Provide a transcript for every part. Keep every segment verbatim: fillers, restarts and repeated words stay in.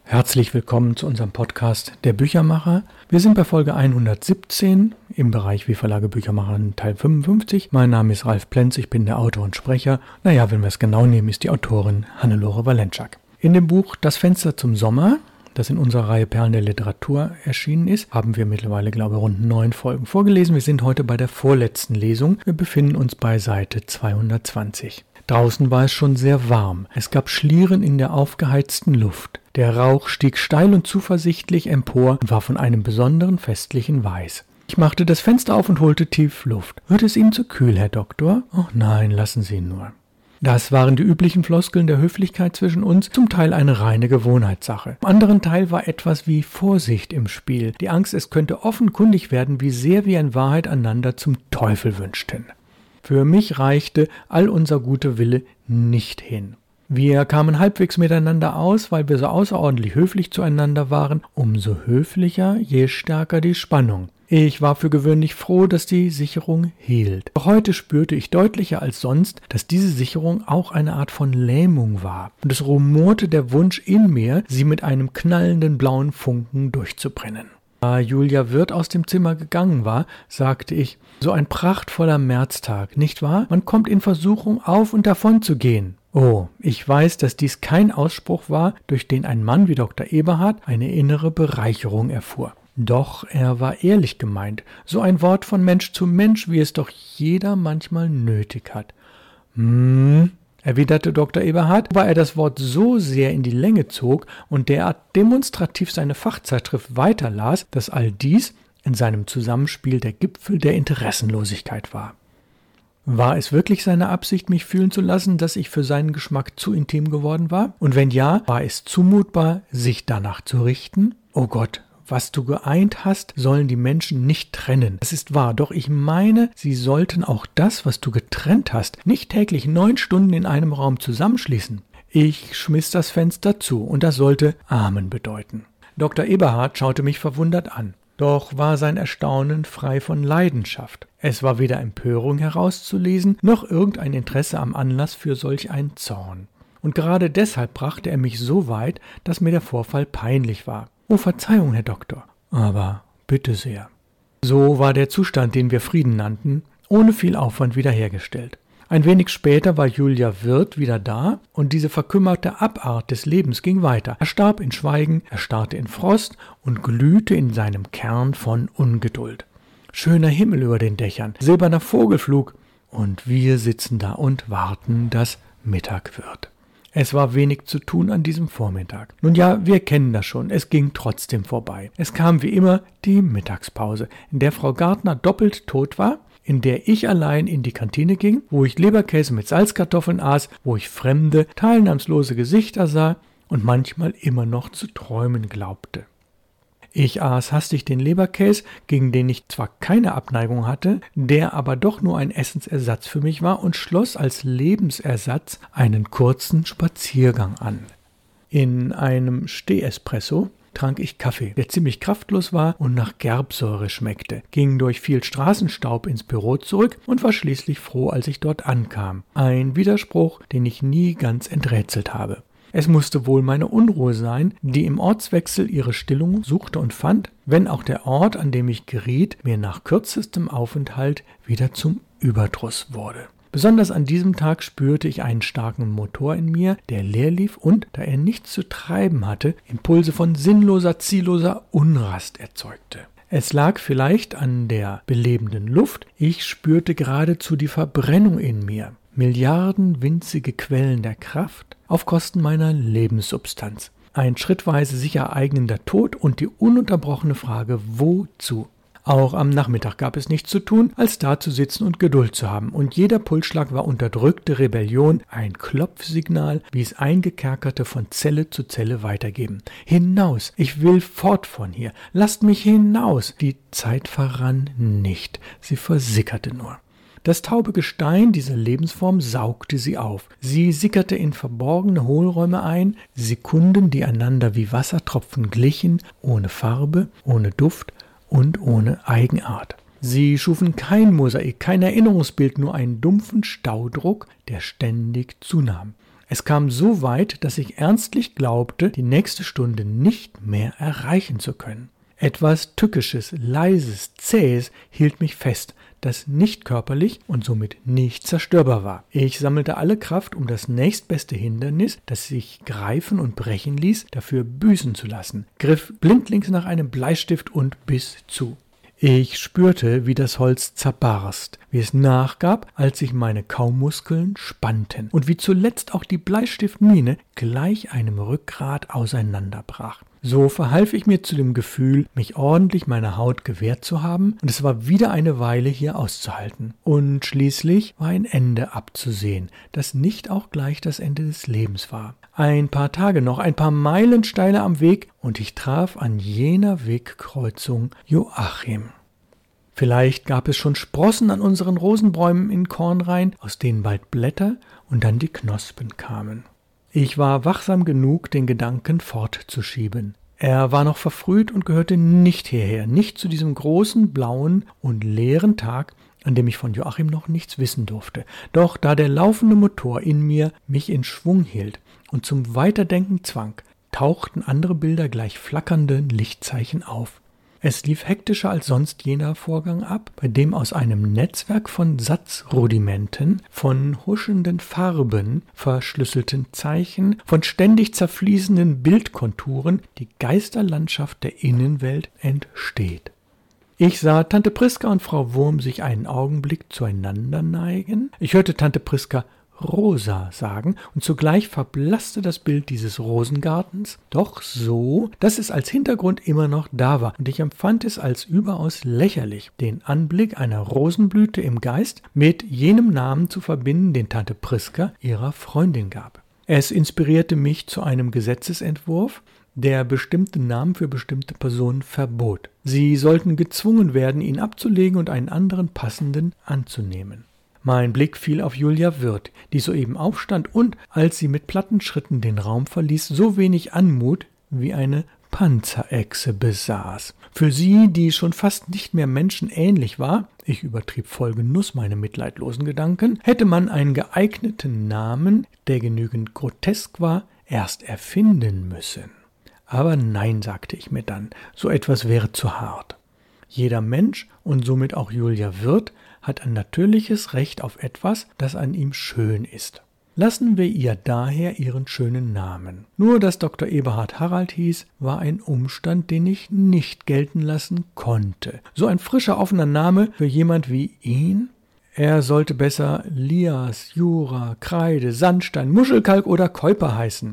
Herzlich willkommen zu unserem Podcast Der Büchermacher. Wir sind bei Folge hundertsiebzehn im Bereich Wie Verlage Bücher machen, Teil fünfundfünfzig. Mein Name ist Ralf Plenz, ich bin der Autor und Sprecher. Naja, wenn wir es genau nehmen, ist die Autorin Hannelore Walenschak. In dem Buch Das Fenster zum Sommer, das in unserer Reihe Perlen der Literatur erschienen ist, haben wir mittlerweile, glaube ich, rund neun Folgen vorgelesen. Wir sind heute bei der vorletzten Lesung. Wir befinden uns bei Seite zweihundertzwanzig. Draußen war es schon sehr warm. Es gab Schlieren in der aufgeheizten Luft. Der Rauch stieg steil und zuversichtlich empor und war von einem besonderen festlichen Weiß. Ich machte das Fenster auf und holte tief Luft. Wird es Ihnen zu kühl, Herr Doktor? Ach nein, lassen Sie ihn nur. Das waren die üblichen Floskeln der Höflichkeit zwischen uns, zum Teil eine reine Gewohnheitssache. Im anderen Teil war etwas wie Vorsicht im Spiel, die Angst, es könnte offenkundig werden, wie sehr wir in Wahrheit einander zum Teufel wünschten. Für mich reichte all unser guter Wille nicht hin. Wir kamen halbwegs miteinander aus, weil wir so außerordentlich höflich zueinander waren, umso höflicher, je stärker die Spannung. Ich war für gewöhnlich froh, dass die Sicherung hielt. Doch heute spürte ich deutlicher als sonst, dass diese Sicherung auch eine Art von Lähmung war. Und es rumorte der Wunsch in mir, sie mit einem knallenden blauen Funken durchzubrennen. Da Julia Wirth aus dem Zimmer gegangen war, sagte ich, so ein prachtvoller Märztag, nicht wahr? Man kommt in Versuchung, auf und davon zu gehen. Oh, ich weiß, dass dies kein Ausspruch war, durch den ein Mann wie Doktor Eberhard eine innere Bereicherung erfuhr. Doch er war ehrlich gemeint, so ein Wort von Mensch zu Mensch, wie es doch jeder manchmal nötig hat. Hm, erwiderte Doktor Eberhard, wobei er das Wort so sehr in die Länge zog und derart demonstrativ seine Fachzeitschrift weiterlas, dass all dies in seinem Zusammenspiel der Gipfel der Interessenlosigkeit war. War es wirklich seine Absicht, mich fühlen zu lassen, dass ich für seinen Geschmack zu intim geworden war? Und wenn ja, war es zumutbar, sich danach zu richten? Oh Gott, was du geeint hast, sollen die Menschen nicht trennen. Das ist wahr, doch ich meine, sie sollten auch das, was du getrennt hast, nicht täglich neun Stunden in einem Raum zusammenschließen. Ich schmiss das Fenster zu, und das sollte Amen bedeuten. Doktor Eberhard schaute mich verwundert an. Doch war sein Erstaunen frei von Leidenschaft. Es war weder Empörung herauszulesen, noch irgendein Interesse am Anlass für solch einen Zorn. Und gerade deshalb brachte er mich so weit, dass mir der Vorfall peinlich war. »Oh, Verzeihung, Herr Doktor.« »Aber bitte sehr.« So war der Zustand, den wir Frieden nannten, ohne viel Aufwand wiederhergestellt. Ein wenig später war Julia Wirth wieder da, und diese verkümmerte Abart des Lebens ging weiter. Er starb in Schweigen, er starrte in Frost und glühte in seinem Kern von Ungeduld. Schöner Himmel über den Dächern, silberner Vogelflug, und wir sitzen da und warten, dass Mittag wird. Es war wenig zu tun an diesem Vormittag. Nun ja, wir kennen das schon, es ging trotzdem vorbei. Es kam wie immer die Mittagspause, in der Frau Gärtner doppelt tot war, in der ich allein in die Kantine ging, wo ich Leberkäse mit Salzkartoffeln aß, wo ich fremde, teilnahmslose Gesichter sah und manchmal immer noch zu träumen glaubte. Ich aß hastig den Leberkäse, gegen den ich zwar keine Abneigung hatte, der aber doch nur ein Essensersatz für mich war, und schloss als Lebensersatz einen kurzen Spaziergang an. In einem Steh-Espresso trank ich Kaffee, der ziemlich kraftlos war und nach Gerbsäure schmeckte, ging durch viel Straßenstaub ins Büro zurück und war schließlich froh, als ich dort ankam. Ein Widerspruch, den ich nie ganz enträtselt habe. Es musste wohl meine Unruhe sein, die im Ortswechsel ihre Stillung suchte und fand, wenn auch der Ort, an dem ich geriet, mir nach kürzestem Aufenthalt wieder zum Überdruss wurde. Besonders an diesem Tag spürte ich einen starken Motor in mir, der leer lief und, da er nichts zu treiben hatte, Impulse von sinnloser, zielloser Unrast erzeugte. Es lag vielleicht an der belebenden Luft, ich spürte geradezu die Verbrennung in mir. Milliarden winzige Quellen der Kraft auf Kosten meiner Lebenssubstanz. Ein schrittweise sich ereignender Tod und die ununterbrochene Frage, wozu? Auch am Nachmittag gab es nichts zu tun, als dazusitzen und Geduld zu haben, und jeder Pulsschlag war unterdrückte Rebellion, ein Klopfsignal, wie es Eingekerkerte von Zelle zu Zelle weitergeben. Hinaus, ich will fort von hier, lasst mich hinaus. Die Zeit verrann nicht, sie versickerte nur. Das taube Gestein dieser Lebensform saugte sie auf. Sie sickerte in verborgene Hohlräume ein, Sekunden, die einander wie Wassertropfen glichen, ohne Farbe, ohne Duft und ohne Eigenart. Sie schufen kein Mosaik, kein Erinnerungsbild, nur einen dumpfen Staudruck, der ständig zunahm. Es kam so weit, dass ich ernstlich glaubte, die nächste Stunde nicht mehr erreichen zu können. Etwas Tückisches, Leises, Zähes hielt mich fest, das nicht körperlich und somit nicht zerstörbar war. Ich sammelte alle Kraft, um das nächstbeste Hindernis, das sich greifen und brechen ließ, dafür büßen zu lassen, griff blindlings nach einem Bleistift und biss zu. Ich spürte, wie das Holz zerbarst, wie es nachgab, als sich meine Kaumuskeln spannten und wie zuletzt auch die Bleistiftmine gleich einem Rückgrat auseinanderbrach. So verhalf ich mir zu dem Gefühl, mich ordentlich meiner Haut gewehrt zu haben, und es war wieder eine Weile hier auszuhalten. Und schließlich war ein Ende abzusehen, das nicht auch gleich das Ende des Lebens war. Ein paar Tage noch, ein paar Meilen steiler am Weg, und ich traf an jener Wegkreuzung Joachim. Vielleicht gab es schon Sprossen an unseren Rosenbäumen in Kornrain, aus denen bald Blätter und dann die Knospen kamen. Ich war wachsam genug, den Gedanken fortzuschieben. Er war noch verfrüht und gehörte nicht hierher, nicht zu diesem großen, blauen und leeren Tag, an dem ich von Joachim noch nichts wissen durfte. Doch da der laufende Motor in mir mich in Schwung hielt und zum Weiterdenken zwang, tauchten andere Bilder gleich flackernde Lichtzeichen auf. Es lief hektischer als sonst jener Vorgang ab, bei dem aus einem Netzwerk von Satzrudimenten, von huschenden Farben, verschlüsselten Zeichen, von ständig zerfließenden Bildkonturen die Geisterlandschaft der Innenwelt entsteht. Ich sah Tante Priska und Frau Wurm sich einen Augenblick zueinander neigen. Ich hörte Tante Priska Rosa sagen, und zugleich verblasste das Bild dieses Rosengartens, doch so, dass es als Hintergrund immer noch da war, und ich empfand es als überaus lächerlich, den Anblick einer Rosenblüte im Geist mit jenem Namen zu verbinden, den Tante Priska ihrer Freundin gab. Es inspirierte mich zu einem Gesetzesentwurf, der bestimmte Namen für bestimmte Personen verbot. Sie sollten gezwungen werden, ihn abzulegen und einen anderen passenden anzunehmen. Mein Blick fiel auf Julia Wirth, die soeben aufstand und, als sie mit platten Schritten den Raum verließ, so wenig Anmut wie eine Panzerechse besaß. Für sie, die schon fast nicht mehr menschenähnlich war, ich übertrieb voll Genuss meine mitleidlosen Gedanken, hätte man einen geeigneten Namen, der genügend grotesk war, erst erfinden müssen. Aber nein, sagte ich mir dann, so etwas wäre zu hart. Jeder Mensch und somit auch Julia Wirth hat ein natürliches Recht auf etwas, das an ihm schön ist. Lassen wir ihr daher ihren schönen Namen. Nur, dass Doktor Eberhard Harald hieß, war ein Umstand, den ich nicht gelten lassen konnte. So ein frischer, offener Name für jemand wie ihn? Er sollte besser Lias, Jura, Kreide, Sandstein, Muschelkalk oder Keuper heißen.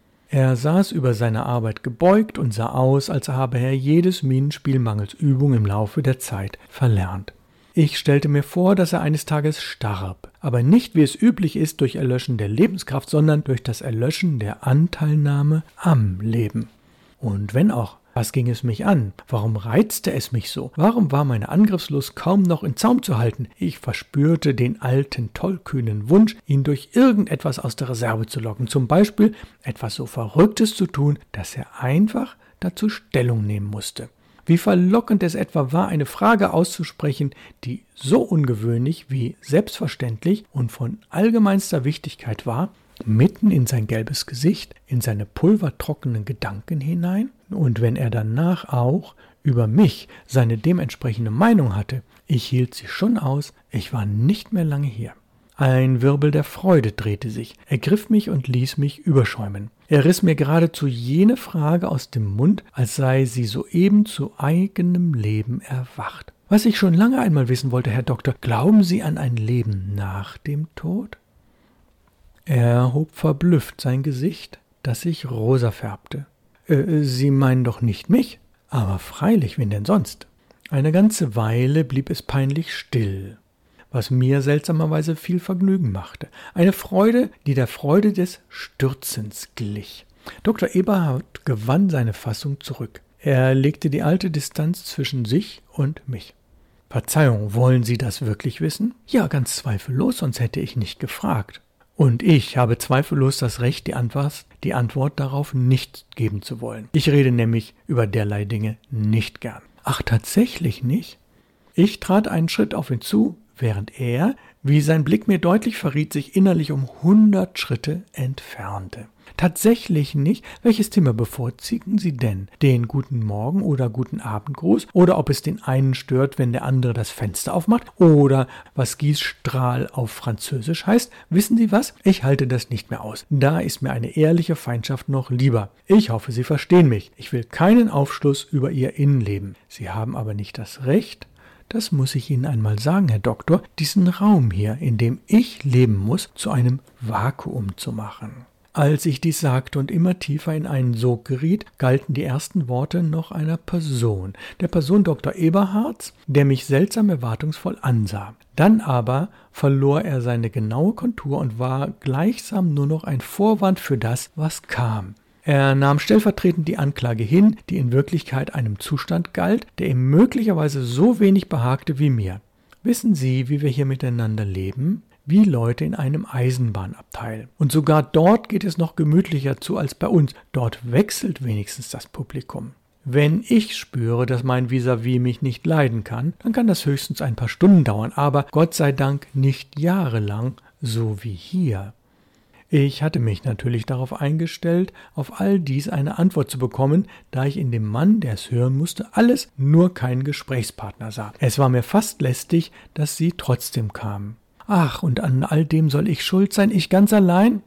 Er saß über seine Arbeit gebeugt und sah aus, als habe er jedes Minenspiel mangels Übung im Laufe der Zeit verlernt. Ich stellte mir vor, dass er eines Tages starb, aber nicht, wie es üblich ist, durch Erlöschen der Lebenskraft, sondern durch das Erlöschen der Anteilnahme am Leben. Und wenn auch, was ging es mich an? Warum reizte es mich so? Warum war meine Angriffslust kaum noch in Zaum zu halten? Ich verspürte den alten, tollkühnen Wunsch, ihn durch irgendetwas aus der Reserve zu locken, zum Beispiel etwas so Verrücktes zu tun, dass er einfach dazu Stellung nehmen musste. Wie verlockend es etwa war, eine Frage auszusprechen, die so ungewöhnlich wie selbstverständlich und von allgemeinster Wichtigkeit war, mitten in sein gelbes Gesicht, in seine pulvertrockenen Gedanken hinein. Und wenn er danach auch über mich seine dementsprechende Meinung hatte, ich hielt sie schon aus, ich war nicht mehr lange hier. Ein Wirbel der Freude drehte sich, ergriff mich und ließ mich überschäumen. Er riss mir geradezu jene Frage aus dem Mund, als sei sie soeben zu eigenem Leben erwacht. Was ich schon lange einmal wissen wollte, Herr Doktor, glauben Sie an ein Leben nach dem Tod? Er hob verblüfft sein Gesicht, das sich rosa färbte. Äh, Sie meinen doch nicht mich? Aber freilich, wen denn sonst? Eine ganze Weile blieb es peinlich still, was mir seltsamerweise viel Vergnügen machte. Eine Freude, die der Freude des Stürzens glich. Doktor Eberhard gewann seine Fassung zurück. Er legte die alte Distanz zwischen sich und mich. »Verzeihung, wollen Sie das wirklich wissen?« »Ja, ganz zweifellos, sonst hätte ich nicht gefragt.« Und ich habe zweifellos das Recht, die Antwort, die Antwort darauf nicht geben zu wollen. Ich rede nämlich über derlei Dinge nicht gern. »Ach, tatsächlich nicht?« Ich trat einen Schritt auf ihn zu, während er, wie sein Blick mir deutlich verriet, sich innerlich um hundert Schritte entfernte. Tatsächlich nicht. Welches Thema bevorzugen Sie denn? Den guten Morgen oder guten Abendgruß? Oder ob es den einen stört, wenn der andere das Fenster aufmacht? Oder was Gießstrahl auf Französisch heißt? Wissen Sie was? Ich halte das nicht mehr aus. Da ist mir eine ehrliche Feindschaft noch lieber. Ich hoffe, Sie verstehen mich. Ich will keinen Aufschluss über Ihr Innenleben. Sie haben aber nicht das Recht, das muss ich Ihnen einmal sagen, Herr Doktor, diesen Raum hier, in dem ich leben muss, zu einem Vakuum zu machen. Als ich dies sagte und immer tiefer in einen Sog geriet, galten die ersten Worte noch einer Person, der Person Doktor Eberhards, der mich seltsam erwartungsvoll ansah. Dann aber verlor er seine genaue Kontur und war gleichsam nur noch ein Vorwand für das, was kam. Er nahm stellvertretend die Anklage hin, die in Wirklichkeit einem Zustand galt, der ihm möglicherweise so wenig behagte wie mir. Wissen Sie, wie wir hier miteinander leben? Wie Leute in einem Eisenbahnabteil. Und sogar dort geht es noch gemütlicher zu als bei uns. Dort wechselt wenigstens das Publikum. Wenn ich spüre, dass mein Vis-à-vis mich nicht leiden kann, dann kann das höchstens ein paar Stunden dauern, aber Gott sei Dank nicht jahrelang, so wie hier. Ich hatte mich natürlich darauf eingestellt, auf all dies eine Antwort zu bekommen, da ich in dem Mann, der es hören musste, alles nur keinen Gesprächspartner sah. Es war mir fast lästig, dass sie trotzdem kamen. Ach, und an all dem soll ich schuld sein, ich ganz allein?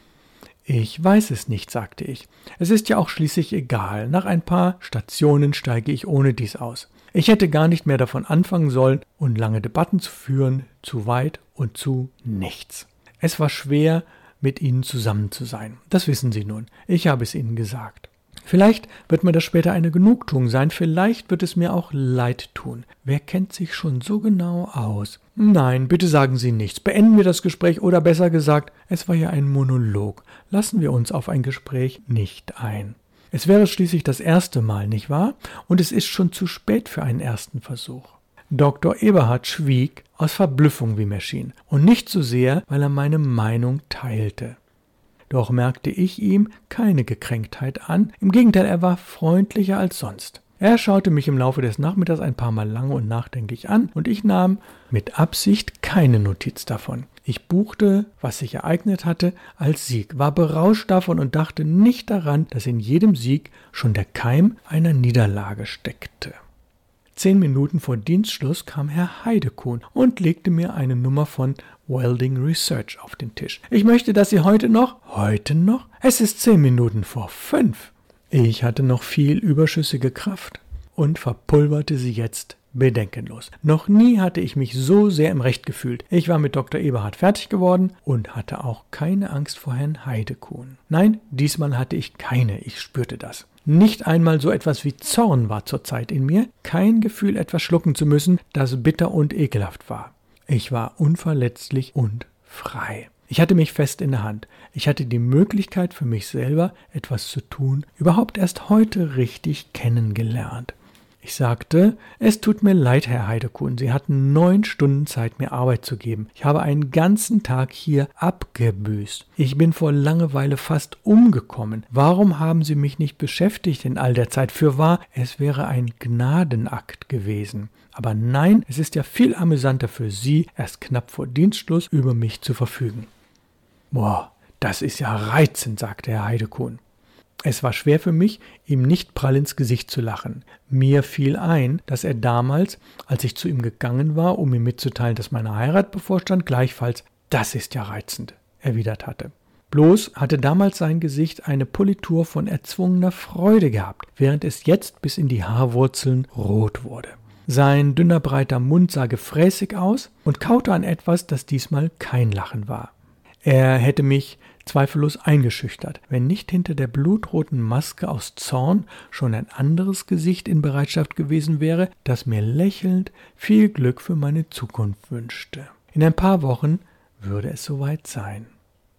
Ich weiß es nicht, sagte ich. Es ist ja auch schließlich egal. Nach ein paar Stationen steige ich ohne dies aus. Ich hätte gar nicht mehr davon anfangen sollen und lange Debatten zu führen, zu weit und zu nichts. Es war schwer, mit Ihnen zusammen zu sein. Das wissen Sie nun. Ich habe es Ihnen gesagt. Vielleicht wird mir das später eine Genugtuung sein, vielleicht wird es mir auch leid tun. Wer kennt sich schon so genau aus? Nein, bitte sagen Sie nichts. Beenden wir das Gespräch oder besser gesagt, es war ja ein Monolog. Lassen wir uns auf ein Gespräch nicht ein. Es wäre schließlich das erste Mal, nicht wahr? Und es ist schon zu spät für einen ersten Versuch. Doktor Eberhard schwieg aus Verblüffung, wie mir schien, und nicht so sehr, weil er meine Meinung teilte. Doch merkte ich ihm keine Gekränktheit an, im Gegenteil, er war freundlicher als sonst. Er schaute mich im Laufe des Nachmittags ein paar Mal lange und nachdenklich an, und ich nahm mit Absicht keine Notiz davon. Ich buchte, was sich ereignet hatte, als Sieg, war berauscht davon und dachte nicht daran, dass in jedem Sieg schon der Keim einer Niederlage steckte. Zehn Minuten vor Dienstschluss kam Herr Heidekuhn und legte mir eine Nummer von Welding Research auf den Tisch. Ich möchte, dass Sie heute noch, heute noch? Es ist zehn Minuten vor fünf. Ich hatte noch viel überschüssige Kraft und verpulverte sie jetzt bedenkenlos. Noch nie hatte ich mich so sehr im Recht gefühlt. Ich war mit Doktor Eberhard fertig geworden und hatte auch keine Angst vor Herrn Heidekuhn. Nein, diesmal hatte ich keine, ich spürte das. Nicht einmal so etwas wie Zorn war zurzeit in mir, kein Gefühl, etwas schlucken zu müssen, das bitter und ekelhaft war. Ich war unverletzlich und frei. Ich hatte mich fest in der Hand. Ich hatte die Möglichkeit für mich selber, etwas zu tun, überhaupt erst heute richtig kennengelernt. Ich sagte, es tut mir leid, Herr Heidekuhn, Sie hatten neun Stunden Zeit, mir Arbeit zu geben. Ich habe einen ganzen Tag hier abgebüßt. Ich bin vor Langeweile fast umgekommen. Warum haben Sie mich nicht beschäftigt in all der Zeit? Fürwahr, es wäre ein Gnadenakt gewesen. Aber nein, es ist ja viel amüsanter für Sie, erst knapp vor Dienstschluss über mich zu verfügen. Boah, das ist ja reizend, sagte Herr Heidekuhn. Es war schwer für mich, ihm nicht prall ins Gesicht zu lachen. Mir fiel ein, dass er damals, als ich zu ihm gegangen war, um ihm mitzuteilen, dass meine Heirat bevorstand, gleichfalls, das ist ja reizend, erwidert hatte. Bloß hatte damals sein Gesicht eine Politur von erzwungener Freude gehabt, während es jetzt bis in die Haarwurzeln rot wurde. Sein dünner, breiter Mund sah gefräßig aus und kaute an etwas, das diesmal kein Lachen war. Er hätte mich zweifellos eingeschüchtert, wenn nicht hinter der blutroten Maske aus Zorn schon ein anderes Gesicht in Bereitschaft gewesen wäre, das mir lächelnd viel Glück für meine Zukunft wünschte. In ein paar Wochen würde es soweit sein.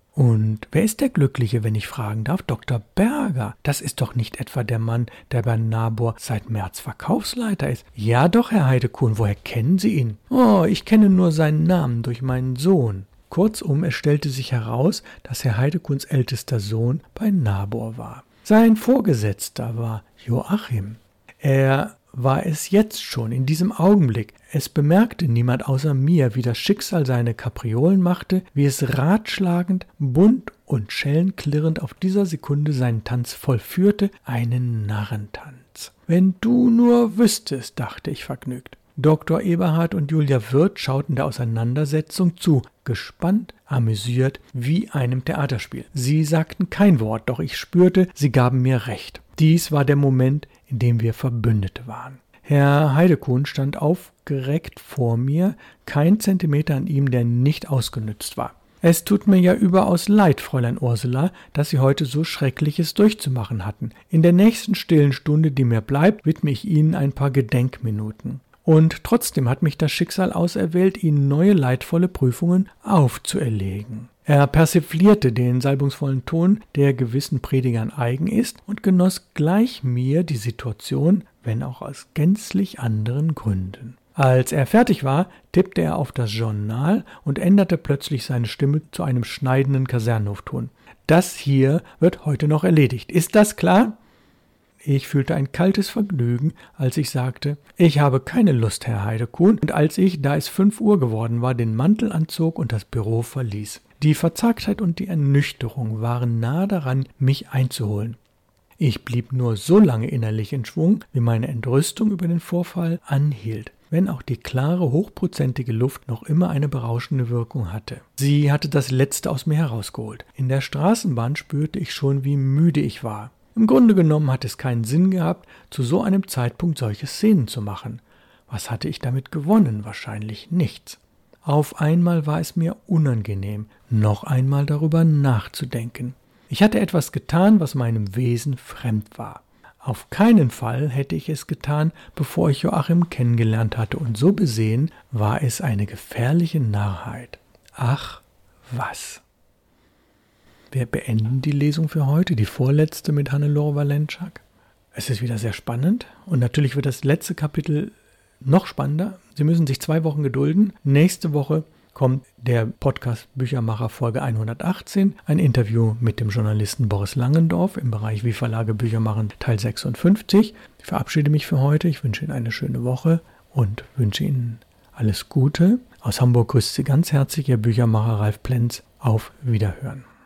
Und wer ist der Glückliche, wenn ich fragen darf? Doktor Berger. Das ist doch nicht etwa der Mann, der bei Nabor seit März Verkaufsleiter ist. Ja doch, Herr Heidekuhn, woher kennen Sie ihn? Oh, ich kenne nur seinen Namen durch meinen Sohn. Kurzum, es stellte sich heraus, dass Herr Heidekuhns ältester Sohn bei Nabor war. Sein Vorgesetzter war Joachim. Er war es jetzt schon, in diesem Augenblick. Es bemerkte niemand außer mir, wie das Schicksal seine Kapriolen machte, wie es ratschlagend, bunt und schellenklirrend auf dieser Sekunde seinen Tanz vollführte, einen Narrentanz. Wenn du nur wüsstest, dachte ich vergnügt. Doktor Eberhard und Julia Wirth schauten der Auseinandersetzung zu, gespannt, amüsiert, wie einem Theaterspiel. Sie sagten kein Wort, doch ich spürte, sie gaben mir recht. Dies war der Moment, in dem wir Verbündete waren. Herr Heidekuhn stand aufgereckt vor mir, kein Zentimeter an ihm, der nicht ausgenützt war. »Es tut mir ja überaus leid, Fräulein Ursula, dass Sie heute so Schreckliches durchzumachen hatten. In der nächsten stillen Stunde, die mir bleibt, widme ich Ihnen ein paar Gedenkminuten. Und trotzdem hat mich das Schicksal auserwählt, Ihnen neue leidvolle Prüfungen aufzuerlegen.« Er persiflierte den salbungsvollen Ton, der gewissen Predigern eigen ist, und genoss gleich mir die Situation, wenn auch aus gänzlich anderen Gründen. Als er fertig war, tippte er auf das Journal und änderte plötzlich seine Stimme zu einem schneidenden Kasernenhofton. »Das hier wird heute noch erledigt. Ist das klar?« Ich fühlte ein kaltes Vergnügen, als ich sagte, ich habe keine Lust, Herr Heidekuhn, und als ich, da es fünf Uhr geworden war, den Mantel anzog und das Büro verließ. Die Verzagtheit und die Ernüchterung waren nahe daran, mich einzuholen. Ich blieb nur so lange innerlich in Schwung, wie meine Entrüstung über den Vorfall anhielt, wenn auch die klare, hochprozentige Luft noch immer eine berauschende Wirkung hatte. Sie hatte das Letzte aus mir herausgeholt. In der Straßenbahn spürte ich schon, wie müde ich war. Im Grunde genommen hat es keinen Sinn gehabt, zu so einem Zeitpunkt solche Szenen zu machen. Was hatte ich damit gewonnen? Wahrscheinlich nichts. Auf einmal war es mir unangenehm, noch einmal darüber nachzudenken. Ich hatte etwas getan, was meinem Wesen fremd war. Auf keinen Fall hätte ich es getan, bevor ich Joachim kennengelernt hatte, und so besehen war es eine gefährliche Narrheit. Ach, was! Wir beenden die Lesung für heute, die vorletzte mit Hannelore Walentschak. Es ist wieder sehr spannend und natürlich wird das letzte Kapitel noch spannender. Sie müssen sich zwei Wochen gedulden. Nächste Woche kommt der Podcast Büchermacher Folge hundertachtzehn, ein Interview mit dem Journalisten Boris Langendorf im Bereich Wie Verlage Bücher machen, Teil sechsundfünfzig. Ich verabschiede mich für heute. Ich wünsche Ihnen eine schöne Woche und wünsche Ihnen alles Gute. Aus Hamburg grüßt Sie ganz herzlich Ihr Büchermacher Ralf Plenz. Auf Wiederhören.